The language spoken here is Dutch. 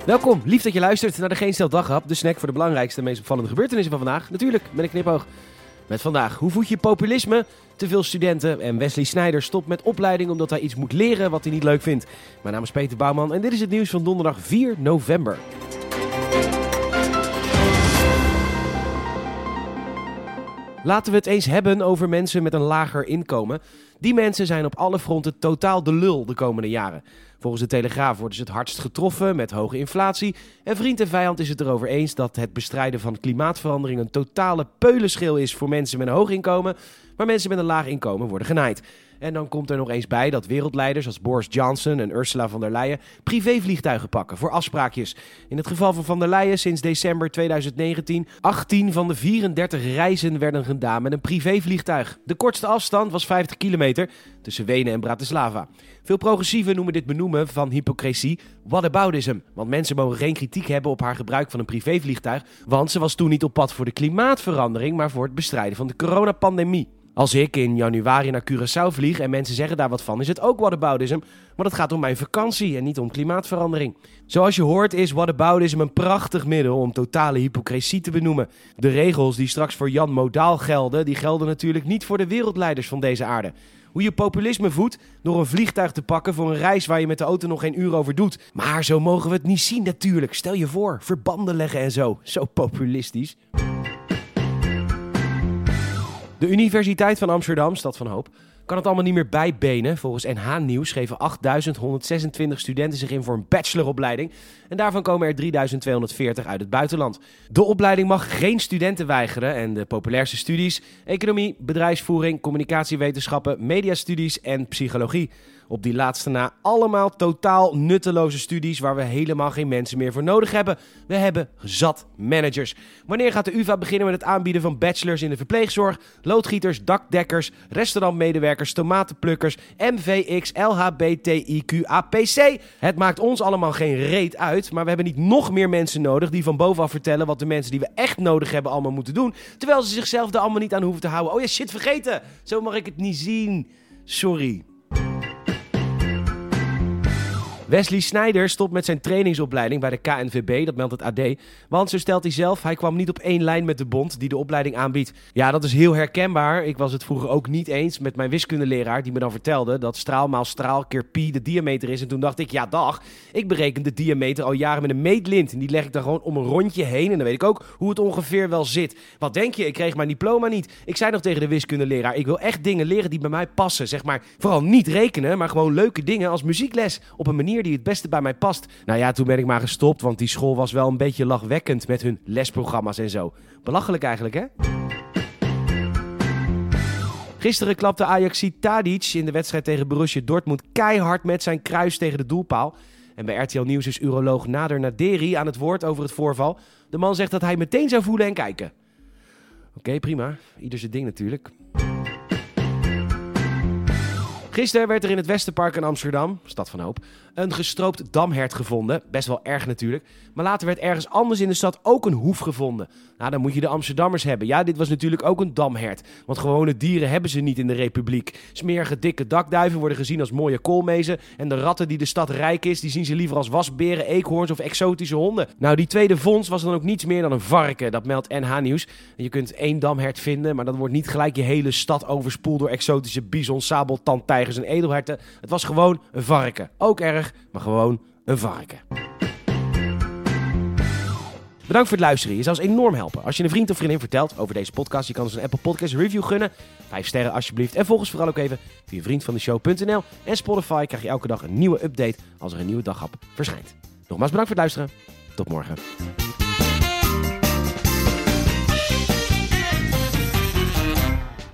Welkom, lief dat je luistert naar de Geen Stel Daghap, de snack voor de belangrijkste en meest opvallende gebeurtenissen van vandaag. Natuurlijk, met een knipoog. Met vandaag, hoe voed je populisme? Te veel studenten en Wesley Snijder stopt met opleiding omdat hij iets moet leren wat hij niet leuk vindt. Mijn naam is Peter Bouwman en dit is het nieuws van donderdag 4 november. Laten we het eens hebben over mensen met een lager inkomen. Die mensen zijn op alle fronten totaal de lul de komende jaren. Volgens de Telegraaf worden ze het hardst getroffen met hoge inflatie. En vriend en vijand is het erover eens dat het bestrijden van klimaatverandering een totale peulenschil is voor mensen met een hoog inkomen. Maar mensen met een laag inkomen worden genaaid. En dan komt er nog eens bij dat wereldleiders als Boris Johnson en Ursula von der Leyen privévliegtuigen pakken voor afspraakjes. In het geval van der Leyen sinds december 2019, 18 van de 34 reizen werden gedaan met een privévliegtuig. De kortste afstand was 50 kilometer tussen Wenen en Bratislava. Veel progressieven noemen dit benoemen van hypocrisie whataboutism. Want mensen mogen geen kritiek hebben op haar gebruik van een privévliegtuig, want ze was toen niet op pad voor de klimaatverandering, maar voor het bestrijden van de coronapandemie. Als ik in januari naar Curaçao vlieg en mensen zeggen daar wat van, is het ook whataboutism. Maar het gaat om mijn vakantie en niet om klimaatverandering. Zoals je hoort is whataboutism een prachtig middel om totale hypocrisie te benoemen. De regels die straks voor Jan Modaal gelden, die gelden natuurlijk niet voor de wereldleiders van deze aarde. Hoe je populisme voedt door een vliegtuig te pakken voor een reis waar je met de auto nog geen uur over doet. Maar zo mogen we het niet zien natuurlijk. Stel je voor, verbanden leggen en zo. Zo populistisch. De Universiteit van Amsterdam, stad van hoop, kan het allemaal niet meer bijbenen. Volgens NH Nieuws schreven 8.126 studenten zich in voor een bacheloropleiding. En daarvan komen er 3.240 uit het buitenland. De opleiding mag geen studenten weigeren en de populairste studies: economie, bedrijfsvoering, communicatiewetenschappen, mediastudies en psychologie. Op die laatste na allemaal totaal nutteloze studies waar we helemaal geen mensen meer voor nodig hebben. We hebben zat managers. Wanneer gaat de UvA beginnen met het aanbieden van bachelors in de verpleegzorg, loodgieters, dakdekkers, restaurantmedewerkers, tomatenplukkers, MVX, LHBTIQAPC? Het maakt ons allemaal geen reet uit, maar we hebben niet nog meer mensen nodig die van bovenaf vertellen wat de mensen die we echt nodig hebben allemaal moeten doen, terwijl ze zichzelf er allemaal niet aan hoeven te houden. Oh ja, shit, vergeten! Zo mag ik het niet zien. Sorry. Wesley Snijder stopt met zijn trainingsopleiding bij de KNVB, dat meldt het AD. Want zo stelt hij zelf, hij kwam niet op één lijn met de bond die de opleiding aanbiedt. Ja, dat is heel herkenbaar. Ik was het vroeger ook niet eens met mijn wiskundeleraar die me dan vertelde dat straal maal straal keer pi de diameter is. En toen dacht ik, ja dag, ik bereken de diameter al jaren met een meetlint. En die leg ik dan gewoon om een rondje heen en dan weet ik ook hoe het ongeveer wel zit. Wat denk je, ik kreeg mijn diploma niet. Ik zei nog tegen de wiskundeleraar, ik wil echt dingen leren die bij mij passen. Zeg maar, vooral niet rekenen, maar gewoon leuke dingen als muziekles. Op een manier die het beste bij mij past. Nou ja, toen ben ik maar gestopt, want die school was wel een beetje lachwekkend met hun lesprogramma's en zo. Belachelijk eigenlijk, hè? Gisteren klapte Ajaxiet Tadic in de wedstrijd tegen Borussia Dortmund keihard met zijn kruis tegen de doelpaal. En bij RTL Nieuws is uroloog Nader Naderi aan het woord over het voorval. De man zegt dat hij meteen zou voelen en kijken. Oké, prima. Ieder zijn ding natuurlijk. Gisteren werd er in het Westerpark in Amsterdam, stad van hoop, een gestroopt damhert gevonden. Best wel erg natuurlijk. Maar later werd ergens anders in de stad ook een hoef gevonden. Nou, dan moet je de Amsterdammers hebben. Ja, dit was natuurlijk ook een damhert. Want gewone dieren hebben ze niet in de Republiek. Smerige, dikke dakduiven worden gezien als mooie koolmezen. En de ratten die de stad rijk is, die zien ze liever als wasberen, eekhoorns of exotische honden. Nou, die tweede vondst was dan ook niets meer dan een varken. Dat meldt NH Nieuws. En je kunt 1 damhert vinden, maar dan wordt niet gelijk je hele stad overspoeld door exotische bison, sabeltandtijgers en edelherten. Het was gewoon een varken. Ook erg, maar gewoon een varken. Bedankt voor het luisteren. Je zou ons enorm helpen als je een vriend of vriendin vertelt over deze podcast. Je kan ons een Apple Podcast review gunnen. 5 sterren alsjeblieft. En volg ons vooral ook even via vriendvandeshow.nl. En Spotify krijg je elke dag een nieuwe update als er een nieuwe daghap verschijnt. Nogmaals bedankt voor het luisteren. Tot morgen.